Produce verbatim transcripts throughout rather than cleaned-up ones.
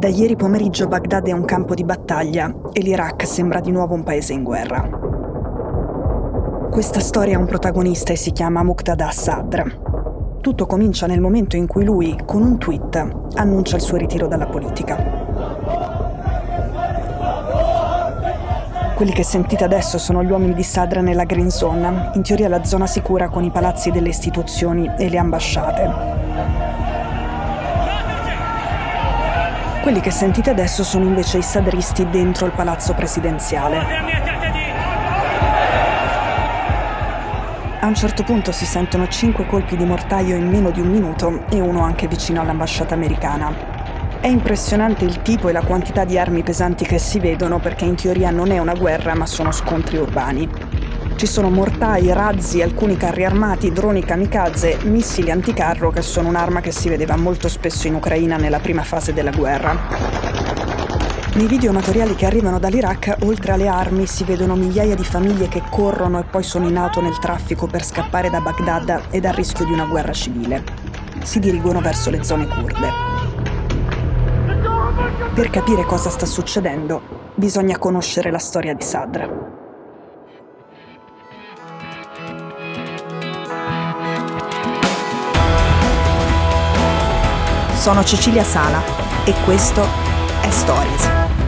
Da ieri pomeriggio Baghdad è un campo di battaglia e l'Iraq sembra di nuovo un paese in guerra. Questa storia ha un protagonista e si chiama Muqtada Sadr. Tutto comincia nel momento in cui lui, con un tweet, annuncia il suo ritiro dalla politica. Quelli che sentite adesso sono gli uomini di Sadr nella Green Zone, in teoria la zona sicura con i palazzi delle istituzioni e le ambasciate. Quelli che sentite adesso sono invece i sadristi dentro il palazzo presidenziale. A un certo punto si sentono cinque colpi di mortaio in meno di un minuto e uno anche vicino all'ambasciata americana. È impressionante il tipo e la quantità di armi pesanti che si vedono perché in teoria non è una guerra ma sono scontri urbani. Ci sono mortai, razzi, alcuni carri armati, droni kamikaze, missili anticarro che sono un'arma che si vedeva molto spesso in Ucraina nella prima fase della guerra. Nei video amatoriali che arrivano dall'Iraq, oltre alle armi, si vedono migliaia di famiglie che corrono e poi sono in auto nel traffico per scappare da Baghdad e dal rischio di una guerra civile. Si dirigono verso le zone curde. Per capire cosa sta succedendo, bisogna conoscere la storia di Sadr. Sono Cecilia Sala e questo è Stories.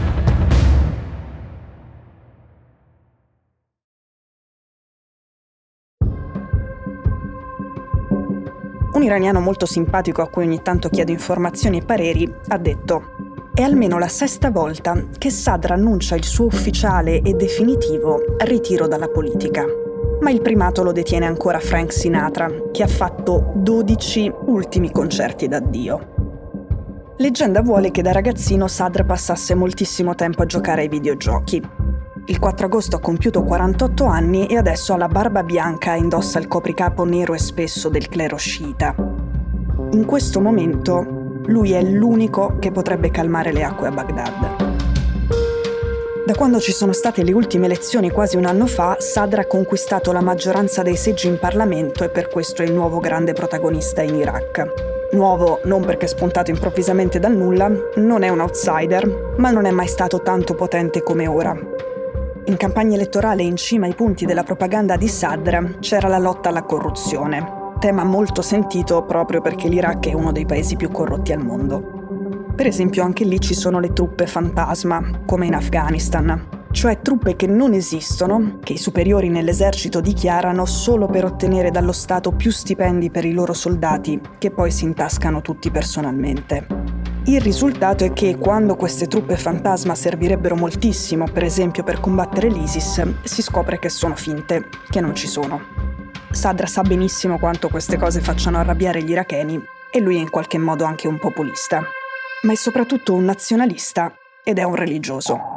Un iraniano molto simpatico a cui ogni tanto chiedo informazioni e pareri ha detto: è almeno la sesta volta che Sadr annuncia il suo ufficiale e definitivo ritiro dalla politica. Ma il primato lo detiene ancora Frank Sinatra, che ha fatto dodici ultimi concerti d'addio. Leggenda vuole che da ragazzino Sadr passasse moltissimo tempo a giocare ai videogiochi. Il quattro agosto ha compiuto quarantotto anni e adesso ha la barba bianca e indossa il copricapo nero e spesso del clero sciita. In questo momento lui è l'unico che potrebbe calmare le acque a Baghdad. Da quando ci sono state le ultime elezioni quasi un anno fa, Sadr ha conquistato la maggioranza dei seggi in Parlamento e per questo è il nuovo grande protagonista in Iraq. Nuovo non perché spuntato improvvisamente dal nulla, non è un outsider, ma non è mai stato tanto potente come ora. In campagna elettorale in cima ai punti della propaganda di Sadr c'era la lotta alla corruzione, tema molto sentito proprio perché l'Iraq è uno dei paesi più corrotti al mondo. Per esempio anche lì ci sono le truppe fantasma, come in Afghanistan, cioè truppe che non esistono, che i superiori nell'esercito dichiarano solo per ottenere dallo Stato più stipendi per i loro soldati, che poi si intascano tutti personalmente. Il risultato è che quando queste truppe fantasma servirebbero moltissimo, per esempio per combattere l'ISIS, si scopre che sono finte, che non ci sono. Sadr sa benissimo quanto queste cose facciano arrabbiare gli iracheni e lui è in qualche modo anche un populista, ma è soprattutto un nazionalista ed è un religioso.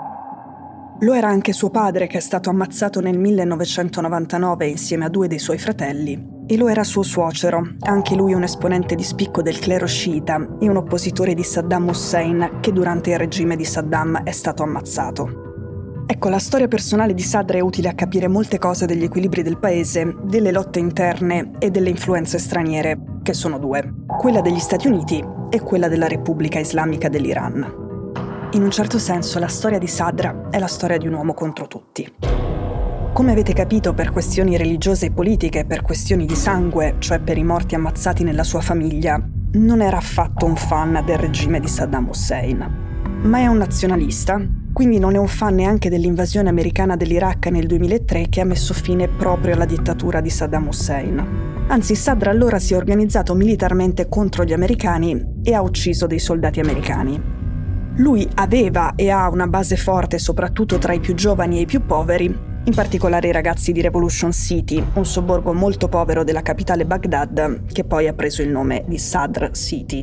Lo era anche suo padre, che è stato ammazzato nel millenovecentonovantanove insieme a due dei suoi fratelli, e lo era suo suocero, anche lui un esponente di spicco del clero sciita e un oppositore di Saddam Hussein che durante il regime di Saddam è stato ammazzato. Ecco, la storia personale di Sadr è utile a capire molte cose degli equilibri del paese, delle lotte interne e delle influenze straniere, che sono due, quella degli Stati Uniti e quella della Repubblica Islamica dell'Iran. In un certo senso la storia di Sadr è la storia di un uomo contro tutti. Come avete capito, per questioni religiose e politiche, per questioni di sangue, cioè per i morti ammazzati nella sua famiglia, non era affatto un fan del regime di Saddam Hussein. Ma è un nazionalista, quindi non è un fan neanche dell'invasione americana dell'Iraq nel duemilatré che ha messo fine proprio alla dittatura di Saddam Hussein. Anzi, Sadr allora si è organizzato militarmente contro gli americani e ha ucciso dei soldati americani. Lui aveva e ha una base forte soprattutto tra i più giovani e i più poveri, in particolare i ragazzi di Revolution City, un sobborgo molto povero della capitale Baghdad, che poi ha preso il nome di Sadr City.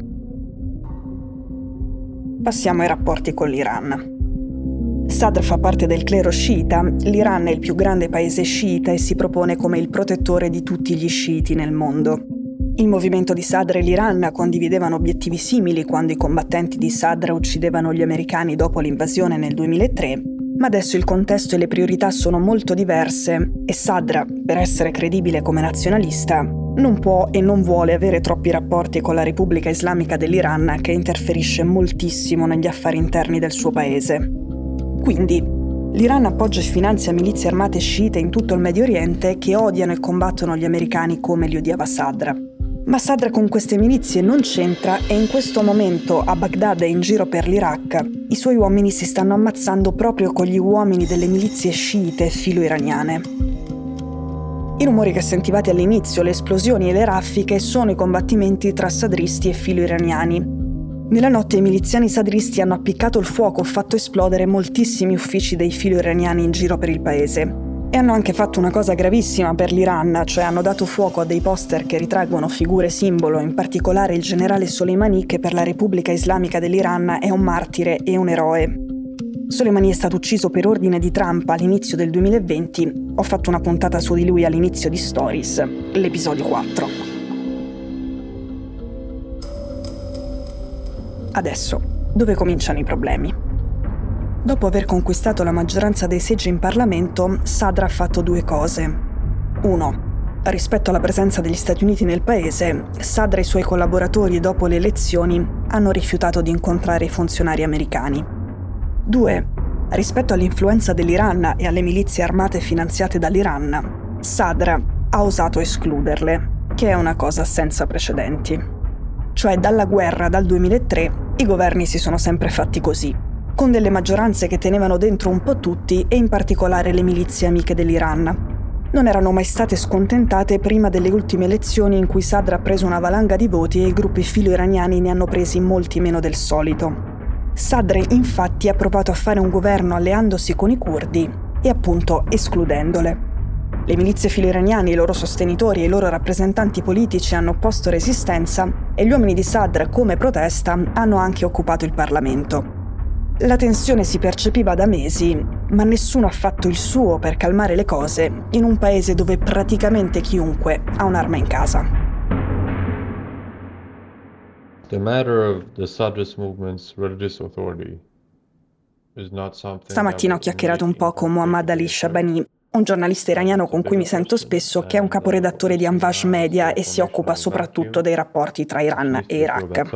Passiamo ai rapporti con l'Iran. Sadr fa parte del clero sciita, l'Iran è il più grande paese sciita e si propone come il protettore di tutti gli sciiti nel mondo. Il movimento di Sadr e l'Iran condividevano obiettivi simili quando i combattenti di Sadr uccidevano gli americani dopo l'invasione nel duemilatré, ma adesso il contesto e le priorità sono molto diverse e Sadr, per essere credibile come nazionalista, non può e non vuole avere troppi rapporti con la Repubblica Islamica dell'Iran, che interferisce moltissimo negli affari interni del suo paese. Quindi, l'Iran appoggia e finanzia milizie armate sciite in tutto il Medio Oriente che odiano e combattono gli americani come li odiava Sadr. Ma Sadr con queste milizie non c'entra e in questo momento a Baghdad e in giro per l'Iraq i suoi uomini si stanno ammazzando proprio con gli uomini delle milizie sciite filo-iraniane. I rumori che sentivate all'inizio, le esplosioni e le raffiche, sono i combattimenti tra sadristi e filo-iraniani. Nella notte i miliziani sadristi hanno appiccato il fuoco, fatto esplodere moltissimi uffici dei filo-iraniani in giro per il paese. E hanno anche fatto una cosa gravissima per l'Iran, cioè hanno dato fuoco a dei poster che ritraggono figure simbolo, in particolare il generale Soleimani, che per la Repubblica Islamica dell'Iran è un martire e un eroe. Soleimani è stato ucciso per ordine di Trump all'inizio del duemilaventi. Ho fatto una puntata su di lui all'inizio di Stories, l'episodio quattro. Adesso, dove cominciano i problemi? Dopo aver conquistato la maggioranza dei seggi in Parlamento, Sadr ha fatto due cose. Uno, rispetto alla presenza degli Stati Uniti nel paese, Sadr e i suoi collaboratori dopo le elezioni hanno rifiutato di incontrare i funzionari americani. Due, rispetto all'influenza dell'Iran e alle milizie armate finanziate dall'Iran, Sadr ha osato escluderle, che è una cosa senza precedenti. Cioè dalla guerra dal duemilatré i governi si sono sempre fatti così, con delle maggioranze che tenevano dentro un po' tutti e in particolare le milizie amiche dell'Iran. Non erano mai state scontentate prima delle ultime elezioni in cui Sadr ha preso una valanga di voti e i gruppi filo-iraniani ne hanno presi molti meno del solito. Sadr infatti ha provato a fare un governo alleandosi con i curdi e appunto escludendole. Le milizie filo-iraniane, i loro sostenitori e i loro rappresentanti politici hanno opposto resistenza e gli uomini di Sadr, come protesta, hanno anche occupato il Parlamento. La tensione si percepiva da mesi, ma nessuno ha fatto il suo per calmare le cose in un paese dove praticamente chiunque ha un'arma in casa. The matter of the Sadrist movement's religious authority is not something. Stamattina ho chiacchierato un po' con Mohammad Ali Shabani, un giornalista iraniano con cui mi sento spesso, che è un caporedattore di Anvaj Media e si occupa soprattutto dei rapporti tra Iran e Iraq.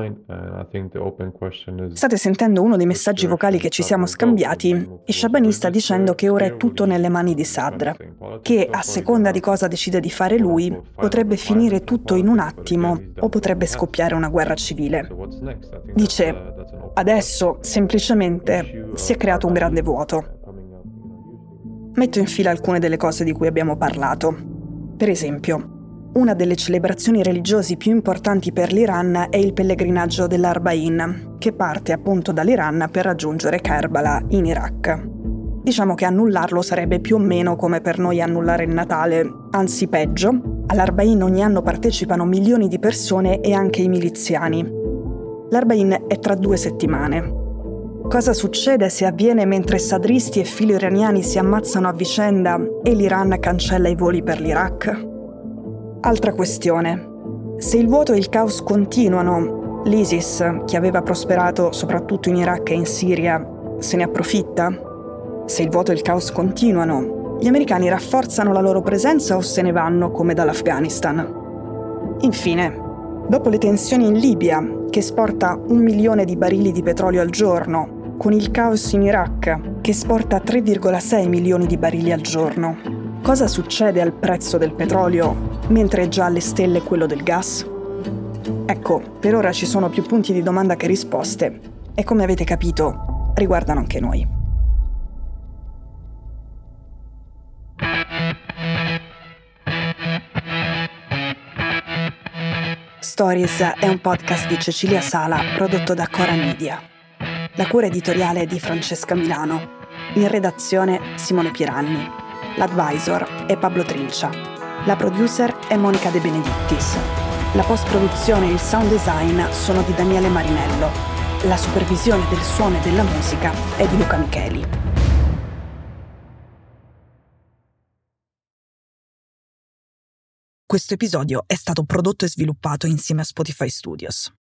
State sentendo uno dei messaggi vocali che ci siamo scambiati e Shabani sta dicendo che ora è tutto nelle mani di Sadr, che a seconda di cosa decide di fare lui potrebbe finire tutto in un attimo o potrebbe scoppiare una guerra civile. Dice, adesso semplicemente si è creato un grande vuoto. Metto in fila alcune delle cose di cui abbiamo parlato. Per esempio, una delle celebrazioni religiose più importanti per l'Iran è il pellegrinaggio dell'Arbain, che parte appunto dall'Iran per raggiungere Karbala in Iraq. Diciamo che annullarlo sarebbe più o meno come per noi annullare il Natale, anzi peggio. All'Arbain ogni anno partecipano milioni di persone e anche i miliziani. L'Arbain è tra due settimane. Cosa succede se avviene mentre sadristi e filo-iraniani si ammazzano a vicenda e l'Iran cancella i voli per l'Iraq? Altra questione. Se il vuoto e il caos continuano, l'ISIS, che aveva prosperato soprattutto in Iraq e in Siria, se ne approfitta? Se il vuoto e il caos continuano, gli americani rafforzano la loro presenza o se ne vanno come dall'Afghanistan? Infine, dopo le tensioni in Libia, che esporta un milione di barili di petrolio al giorno, con il caos in Iraq, che esporta tre virgola sei milioni di barili al giorno, cosa succede al prezzo del petrolio mentre è già alle stelle quello del gas? Ecco, per ora ci sono più punti di domanda che risposte e, come avete capito, riguardano anche noi. Stories è un podcast di Cecilia Sala prodotto da Cora Media. La cura editoriale è di Francesca Milano. In redazione Simone Piranni. L'advisor è Pablo Trincia. La producer è Monica De Benedictis. La post-produzione e il sound design sono di Daniele Marinello. La supervisione del suono e della musica è di Luca Micheli. Questo episodio è stato prodotto e sviluppato insieme a Spotify Studios.